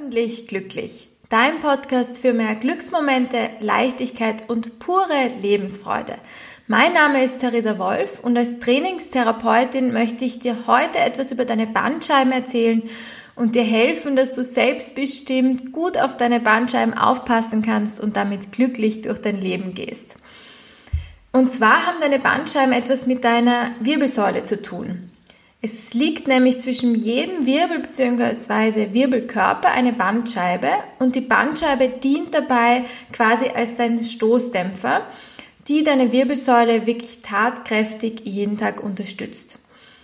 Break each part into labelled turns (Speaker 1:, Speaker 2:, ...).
Speaker 1: Hoffentlich glücklich. Dein Podcast für mehr Glücksmomente, Leichtigkeit und pure Lebensfreude. Mein Name ist Theresa Wolf und als Trainingstherapeutin möchte ich dir heute etwas über deine Bandscheiben erzählen und dir helfen, dass du selbstbestimmt gut auf deine Bandscheiben aufpassen kannst und damit glücklich durch dein Leben gehst. Und zwar haben deine Bandscheiben etwas mit deiner Wirbelsäule zu tun. Es liegt nämlich zwischen jedem Wirbel bzw. Wirbelkörper eine Bandscheibe und die Bandscheibe dient dabei quasi als dein Stoßdämpfer, die deine Wirbelsäule wirklich tatkräftig jeden Tag unterstützt.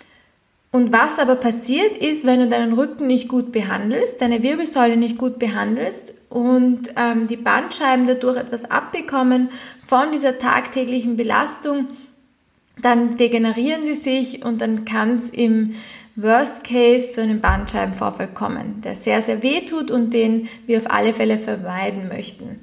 Speaker 1: Und was aber passiert ist, wenn du deinen Rücken nicht gut behandelst, deine Wirbelsäule nicht gut behandelst und die Bandscheiben dadurch etwas abbekommen von dieser tagtäglichen Belastung, dann degenerieren sie sich und dann kann es im Worst Case zu einem Bandscheibenvorfall kommen, der sehr, sehr weh tut und den wir auf alle Fälle vermeiden möchten.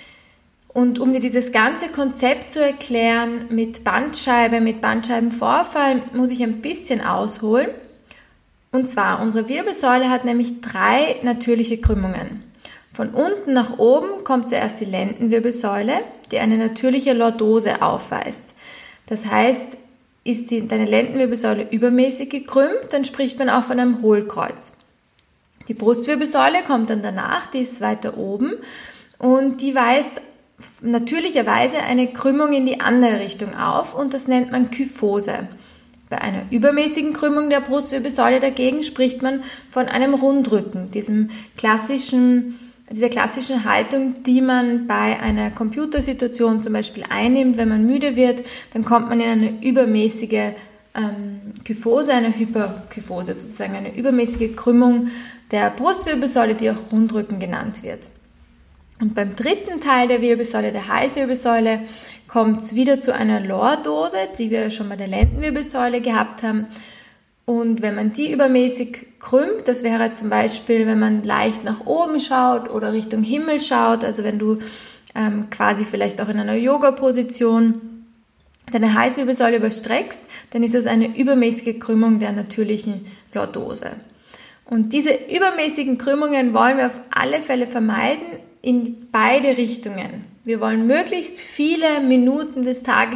Speaker 1: Und um dir dieses ganze Konzept zu erklären mit Bandscheibe, mit Bandscheibenvorfall, muss ich ein bisschen ausholen. Und zwar, unsere Wirbelsäule hat nämlich 3 natürliche Krümmungen. Von unten nach oben kommt zuerst die Lendenwirbelsäule, die eine natürliche Lordose aufweist. Das heißt, ist deine Lendenwirbelsäule übermäßig gekrümmt, dann spricht man auch von einem Hohlkreuz. Die Brustwirbelsäule kommt dann danach, die ist weiter oben und die weist natürlicherweise eine Krümmung in die andere Richtung auf und das nennt man Kyphose. Bei einer übermäßigen Krümmung der Brustwirbelsäule dagegen spricht man von einem Rundrücken, dieser klassischen Haltung, die man bei einer Computersituation zum Beispiel einnimmt. Wenn man müde wird, dann kommt man in eine übermäßige Kyphose, eine Hyperkyphose sozusagen, eine übermäßige Krümmung der Brustwirbelsäule, die auch Rundrücken genannt wird. Und beim dritten Teil der Wirbelsäule, der Halswirbelsäule, kommt es wieder zu einer Lordose, die wir schon bei der Lendenwirbelsäule gehabt haben. Und wenn man die übermäßig krümmt, das wäre zum Beispiel, wenn man leicht nach oben schaut oder Richtung Himmel schaut, also wenn du quasi vielleicht auch in einer Yoga-Position deine Halswirbelsäule überstreckst, dann ist das eine übermäßige Krümmung der natürlichen Lordose. Und diese übermäßigen Krümmungen wollen wir auf alle Fälle vermeiden, in beide Richtungen. Wir wollen möglichst viele Minuten des Tages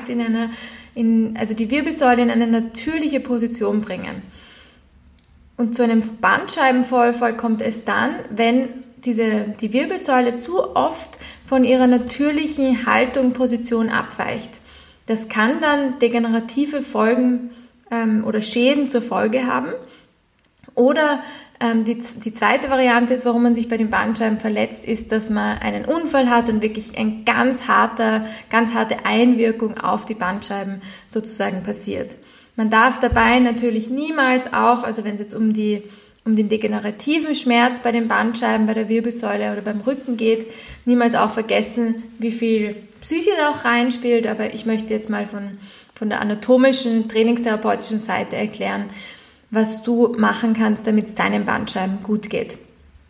Speaker 1: also die Wirbelsäule in eine natürliche Position bringen. Und zu einem Bandscheibenvorfall kommt es dann, wenn die Wirbelsäule zu oft von ihrer natürlichen Haltung, Position abweicht. Das kann dann degenerative Folgen oder Schäden zur Folge haben. Oder die zweite Variante ist, warum man sich bei den Bandscheiben verletzt, ist, dass man einen Unfall hat und wirklich eine ganz harte Einwirkung auf die Bandscheiben sozusagen passiert. Man darf dabei natürlich niemals auch, also wenn es jetzt um den degenerativen Schmerz bei den Bandscheiben, bei der Wirbelsäule oder beim Rücken geht, niemals auch vergessen, wie viel Psyche da auch reinspielt. Aber ich möchte jetzt mal von der anatomischen, trainingstherapeutischen Seite erklären, was du machen kannst, damit es deinen Bandscheiben gut geht.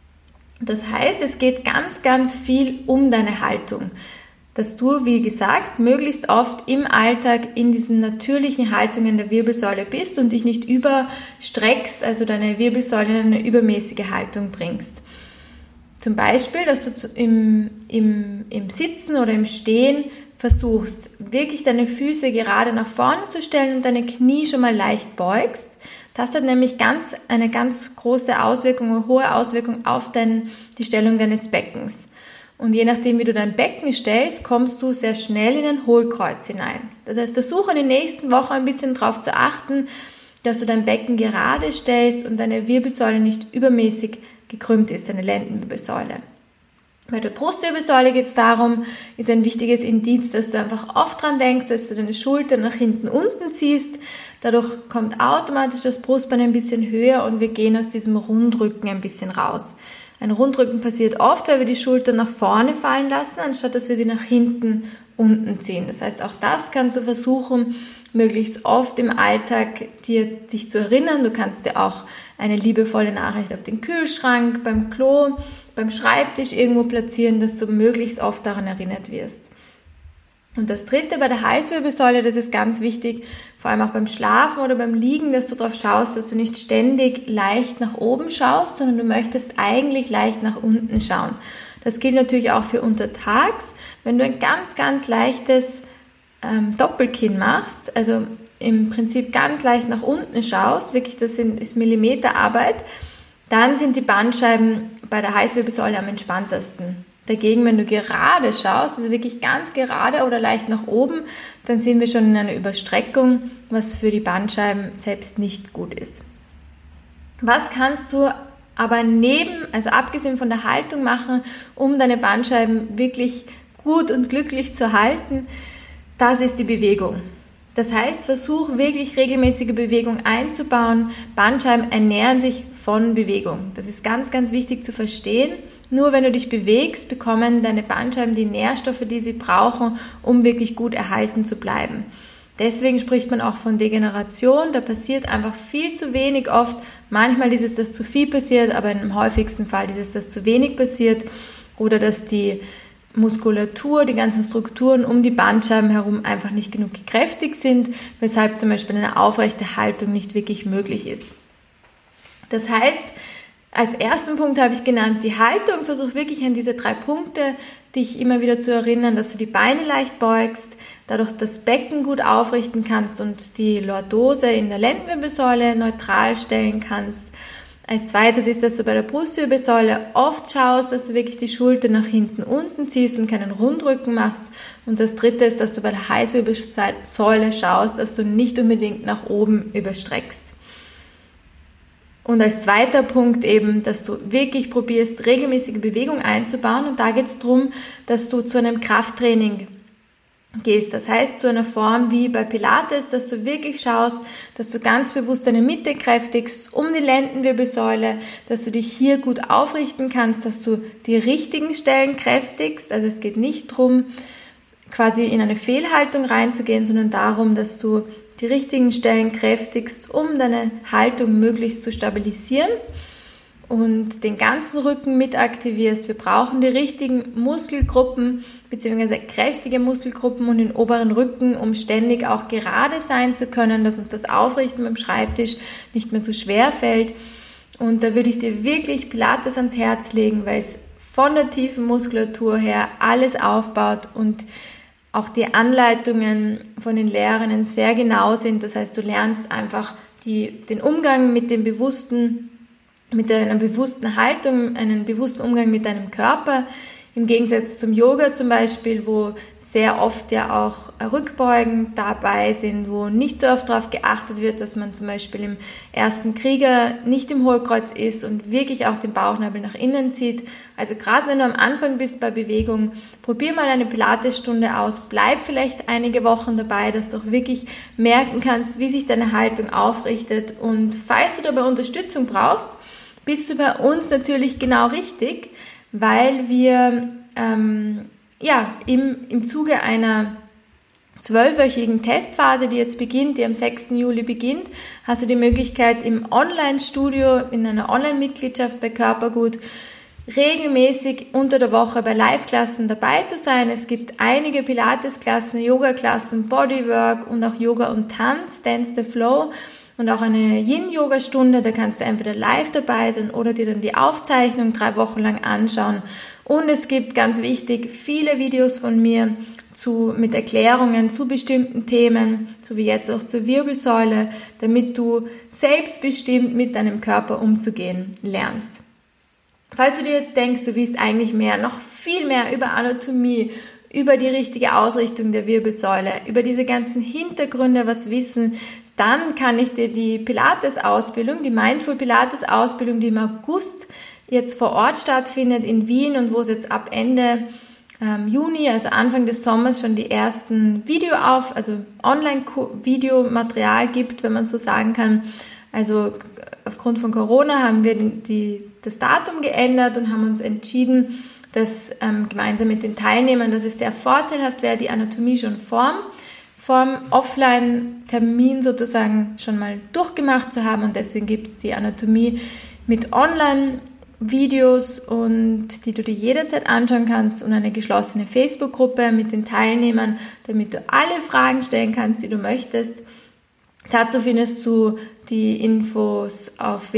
Speaker 1: Das heißt, es geht ganz, ganz viel um deine Haltung, dass du, wie gesagt, möglichst oft im Alltag in diesen natürlichen Haltungen der Wirbelsäule bist und dich nicht überstreckst, also deine Wirbelsäule in eine übermäßige Haltung bringst. Zum Beispiel, dass du im Sitzen oder im Stehen versuchst, wirklich deine Füße gerade nach vorne zu stellen und deine Knie schon mal leicht beugst. Das hat nämlich eine ganz große Auswirkung, eine hohe Auswirkung auf die Stellung deines Beckens. Und je nachdem, wie du dein Becken stellst, kommst du sehr schnell in ein Hohlkreuz hinein. Das heißt, versuche in den nächsten Wochen ein bisschen darauf zu achten, dass du dein Becken gerade stellst und deine Wirbelsäule nicht übermäßig gekrümmt ist, deine Lendenwirbelsäule. Bei der Brustwirbelsäule geht es darum, ist ein wichtiges Indiz, dass du einfach oft dran denkst, dass du deine Schultern nach hinten unten ziehst. Dadurch kommt automatisch das Brustbein ein bisschen höher und wir gehen aus diesem Rundrücken ein bisschen raus. Ein Rundrücken passiert oft, weil wir die Schultern nach vorne fallen lassen, anstatt dass wir sie nach hinten unten ziehen. Das heißt, auch das kannst du versuchen, möglichst oft im Alltag dich zu erinnern. Du kannst dir auch eine liebevolle Nachricht auf den Kühlschrank, beim Klo, beim Schreibtisch irgendwo platzieren, dass du möglichst oft daran erinnert wirst. Und das dritte bei der Halswirbelsäule, das ist ganz wichtig, vor allem auch beim Schlafen oder beim Liegen, dass du darauf schaust, dass du nicht ständig leicht nach oben schaust, sondern du möchtest eigentlich leicht nach unten schauen. Das gilt natürlich auch für untertags. Wenn du ein ganz, ganz leichtes Doppelkinn machst, also im Prinzip ganz leicht nach unten schaust, wirklich das ist Millimeterarbeit, dann sind die Bandscheiben bei der Halswirbelsäule am entspanntesten. Dagegen, wenn du gerade schaust, also wirklich ganz gerade oder leicht nach oben, dann sind wir schon in einer Überstreckung, was für die Bandscheiben selbst nicht gut ist. Was kannst du aber also abgesehen von der Haltung machen, um deine Bandscheiben wirklich gut und glücklich zu halten? Das ist die Bewegung. Das heißt, versuch wirklich regelmäßige Bewegung einzubauen. Bandscheiben ernähren sich von Bewegung. Das ist ganz, ganz wichtig zu verstehen. Nur wenn du dich bewegst, bekommen deine Bandscheiben die Nährstoffe, die sie brauchen, um wirklich gut erhalten zu bleiben. Deswegen spricht man auch von Degeneration. Da passiert einfach viel zu wenig oft. Manchmal ist es, dass zu viel passiert, aber im häufigsten Fall ist es, dass zu wenig passiert oder dass die Muskulatur, die ganzen Strukturen um die Bandscheiben herum einfach nicht genug kräftig sind, weshalb zum Beispiel eine aufrechte Haltung nicht wirklich möglich ist. Das heißt, als ersten Punkt habe ich genannt die Haltung. Versuch wirklich an diese 3 Punkte, dich immer wieder zu erinnern, dass du die Beine leicht beugst, dadurch das Becken gut aufrichten kannst und die Lordose in der Lendenwirbelsäule neutral stellen kannst. Als zweites ist, dass du bei der Brustwirbelsäule oft schaust, dass du wirklich die Schulter nach hinten unten ziehst und keinen Rundrücken machst. Und das dritte ist, dass du bei der Halswirbelsäule schaust, dass du nicht unbedingt nach oben überstreckst. Und als zweiter Punkt eben, dass du wirklich probierst, regelmäßige Bewegung einzubauen. Und da geht es darum, dass du zu einem Krafttraining gehst. Das heißt, zu einer Form wie bei Pilates, dass du wirklich schaust, dass du ganz bewusst deine Mitte kräftigst, um die Lendenwirbelsäule, dass du dich hier gut aufrichten kannst, dass du die richtigen Stellen kräftigst. Also es geht nicht darum, quasi in eine Fehlhaltung reinzugehen, sondern darum, dass du die richtigen Stellen kräftigst, um deine Haltung möglichst zu stabilisieren und den ganzen Rücken mit aktivierst. Wir brauchen die richtigen Muskelgruppen bzw. kräftige Muskelgruppen und den oberen Rücken, um ständig auch gerade sein zu können, dass uns das Aufrichten beim Schreibtisch nicht mehr so schwer fällt. Und da würde ich dir wirklich Pilates ans Herz legen, weil es von der tiefen Muskulatur her alles aufbaut und auch die Anleitungen von den Lehrerinnen sehr genau sind. Das heißt, du lernst einfach den Umgang mit einer bewussten Haltung, einen bewussten Umgang mit deinem Körper. Im Gegensatz zum Yoga zum Beispiel, wo sehr oft ja auch Rückbeugen dabei sind, wo nicht so oft darauf geachtet wird, dass man zum Beispiel im ersten Krieger nicht im Hohlkreuz ist und wirklich auch den Bauchnabel nach innen zieht. Also gerade wenn du am Anfang bist bei Bewegung, probier mal eine Pilatesstunde aus, bleib vielleicht einige Wochen dabei, dass du auch wirklich merken kannst, wie sich deine Haltung aufrichtet. Und falls du dabei Unterstützung brauchst, bist du bei uns natürlich genau richtig, weil wir im Zuge einer 12-wöchigen Testphase, die jetzt beginnt, die am 6. Juli beginnt, hast du die Möglichkeit im Online-Studio, in einer Online-Mitgliedschaft bei Körpergut, regelmäßig unter der Woche bei Live-Klassen dabei zu sein. Es gibt einige Pilates-Klassen, Yoga-Klassen, Bodywork und auch Yoga und Tanz, Dance the Flow. Und auch eine Yin-Yoga-Stunde, da kannst du entweder live dabei sein oder dir dann die Aufzeichnung 3 Wochen lang anschauen. Und es gibt, ganz wichtig, viele Videos von mir mit Erklärungen zu bestimmten Themen, so wie jetzt auch zur Wirbelsäule, damit du selbstbestimmt mit deinem Körper umzugehen lernst. Falls du dir jetzt denkst, du willst eigentlich noch viel mehr über Anatomie, über die richtige Ausrichtung der Wirbelsäule, über diese ganzen Hintergründe was wissen, dann kann ich dir die Pilates-Ausbildung, die Mindful Pilates-Ausbildung, die im August jetzt vor Ort stattfindet in Wien und wo es jetzt ab Ende Juni, also Anfang des Sommers schon die ersten Online-Videomaterial gibt, wenn man so sagen kann. Also aufgrund von Corona haben wir das Datum geändert und haben uns entschieden, dass gemeinsam mit den Teilnehmern, dass es sehr vorteilhaft wäre, die Anatomie schon vorm Offline-Termin sozusagen schon mal durchgemacht zu haben und deswegen gibt es die Anatomie mit Online Videos und die du dir jederzeit anschauen kannst und eine geschlossene Facebook-Gruppe mit den Teilnehmern, damit du alle Fragen stellen kannst, die du möchtest. Dazu findest du die Infos auf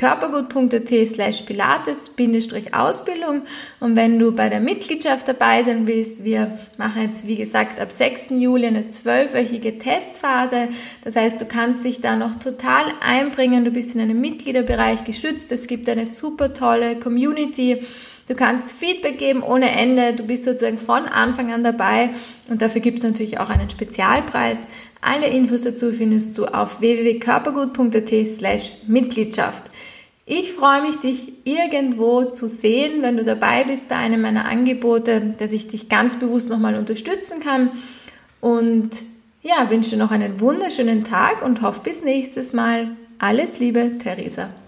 Speaker 1: www.körpergut.at/pilates-ausbildung und wenn du bei der Mitgliedschaft dabei sein willst, wir machen jetzt wie gesagt ab 6. Juli eine 12-wöchige Testphase, das heißt du kannst dich da noch total einbringen, du bist in einem Mitgliederbereich geschützt, es gibt eine super tolle Community, du kannst Feedback geben ohne Ende, du bist sozusagen von Anfang an dabei und dafür gibt es natürlich auch einen Spezialpreis. Alle Infos dazu findest du auf www.körpergut.at/Mitgliedschaft. Ich freue mich, dich irgendwo zu sehen, wenn du dabei bist bei einem meiner Angebote, dass ich dich ganz bewusst nochmal unterstützen kann. Und ja, wünsche dir noch einen wunderschönen Tag und hoffe bis nächstes Mal. Alles Liebe, Theresa.